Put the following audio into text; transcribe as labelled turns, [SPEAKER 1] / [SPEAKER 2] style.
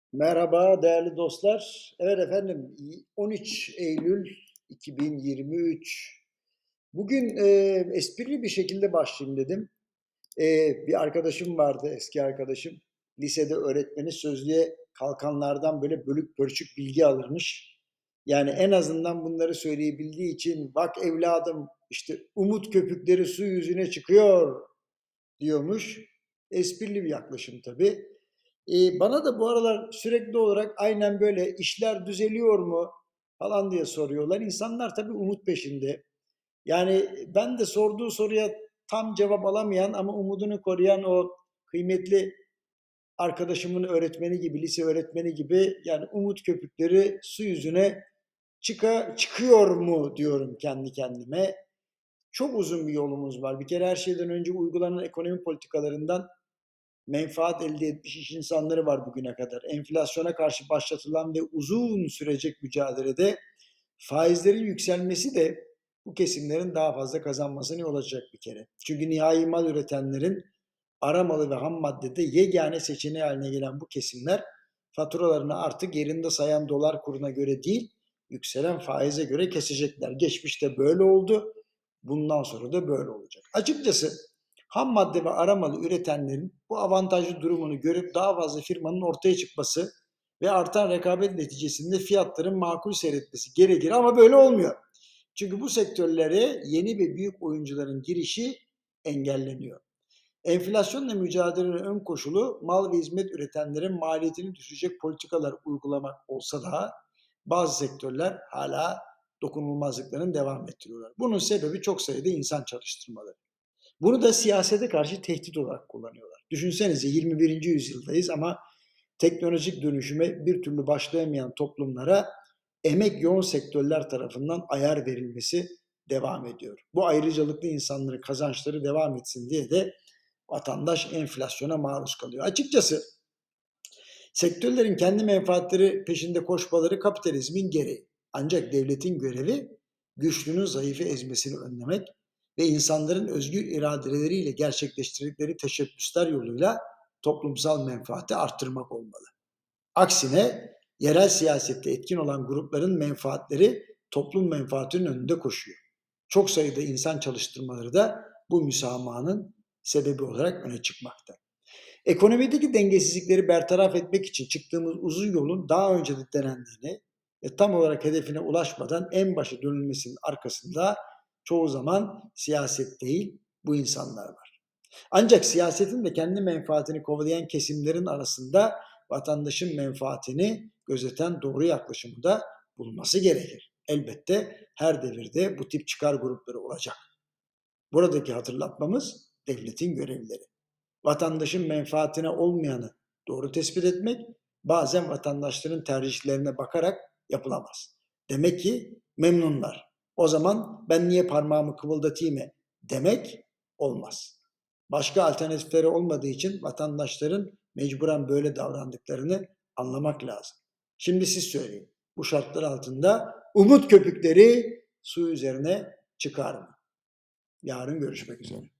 [SPEAKER 1] Merhaba değerli dostlar. Evet efendim 13 Eylül 2023. Bugün esprili bir şekilde başlayayım dedim. Bir arkadaşım vardı, eski arkadaşım. Lisede öğretmeni sözlüğe kalkanlardan böyle bölük pörçük bilgi alırmış. Yani en azından bunları söyleyebildiği için bak evladım işte umut köpükleri su yüzüne çıkıyor diyormuş. Esprili bir yaklaşım tabii. Bana da bu aralar sürekli olarak aynen böyle işler düzeliyor mu falan diye soruyorlar. İnsanlar tabii umut peşinde. Yani ben de sorduğu soruya tam cevap alamayan ama umudunu koruyan o kıymetli arkadaşımın öğretmeni gibi, lise öğretmeni gibi yani umut köpükleri su yüzüne çıkıyor mu diyorum kendi kendime. Çok uzun bir yolumuz var. Bir kere her şeyden önce uygulanan ekonomi politikalarından menfaat elde etmiş iş insanları var bugüne kadar. Enflasyona karşı başlatılan ve uzun sürecek mücadelede faizlerin yükselmesi de bu kesimlerin daha fazla kazanmasına yol açacak bir kere. Çünkü nihai mal üretenlerin ara malı ve ham maddede yegane seçeneği haline gelen bu kesimler faturalarını artık yerinde sayan dolar kuruna göre değil, yükselen faize göre kesecekler. Geçmişte böyle oldu, bundan sonra da böyle olacak. Açıkçası ham madde ve ara malı üretenlerin bu avantajlı durumunu görüp daha fazla firmanın ortaya çıkması ve artan rekabet neticesinde fiyatların makul seyretmesi gerekir ama böyle olmuyor. Çünkü bu sektörlere yeni ve büyük oyuncuların girişi engelleniyor. Enflasyonla mücadelenin ön koşulu mal ve hizmet üretenlerin maliyetini düşürecek politikalar uygulamak olsa da bazı sektörler hala dokunulmazlıklarını devam ettiriyorlar. Bunun sebebi çok sayıda insan çalıştırmaları. Bunu da siyasete karşı tehdit olarak kullanıyorlar. Düşünsenize 21. yüzyıldayız ama teknolojik dönüşüme bir türlü başlayamayan toplumlara emek yoğun sektörler tarafından ayar verilmesi devam ediyor. Bu ayrıcalıklı insanların kazançları devam etsin diye de vatandaş enflasyona maruz kalıyor. Açıkçası sektörlerin kendi menfaatleri peşinde koşmaları kapitalizmin gereği. Ancak devletin görevi güçlünün zayıfı ezmesini önlemek ve insanların özgür iradeleriyle gerçekleştirdikleri teşebbüsler yoluyla toplumsal menfaati arttırmak olmalı. Aksine yerel siyasette etkin olan grupların menfaatleri toplum menfaatinin önünde koşuyor. Çok sayıda insan çalıştırmaları da bu müsamahanın sebebi olarak öne çıkmakta. Ekonomideki dengesizlikleri bertaraf etmek için çıktığımız uzun yolun daha önce de denendiğini ve tam olarak hedefine ulaşmadan en başa dönülmesinin arkasında çoğu zaman siyaset değil bu insanlar var. Ancak siyasetin de kendi menfaatini kovalayan kesimlerin arasında vatandaşın menfaatini gözeten doğru yaklaşımı da bulunması gerekir. Elbette her devirde bu tip çıkar grupları olacak. Buradaki hatırlatmamız devletin görevleri. Vatandaşın menfaatine olmayanı doğru tespit etmek bazen vatandaşların tercihlerine bakarak yapılamaz. Demek ki memnunlar. O zaman ben niye parmağımı kıvıldatayım demek olmaz. Başka alternatifleri olmadığı için vatandaşların mecburen böyle davrandıklarını anlamak lazım. Şimdi siz söyleyin. Bu şartlar altında umut köpükleri su üzerine çıkar mı? Yarın görüşmek üzere.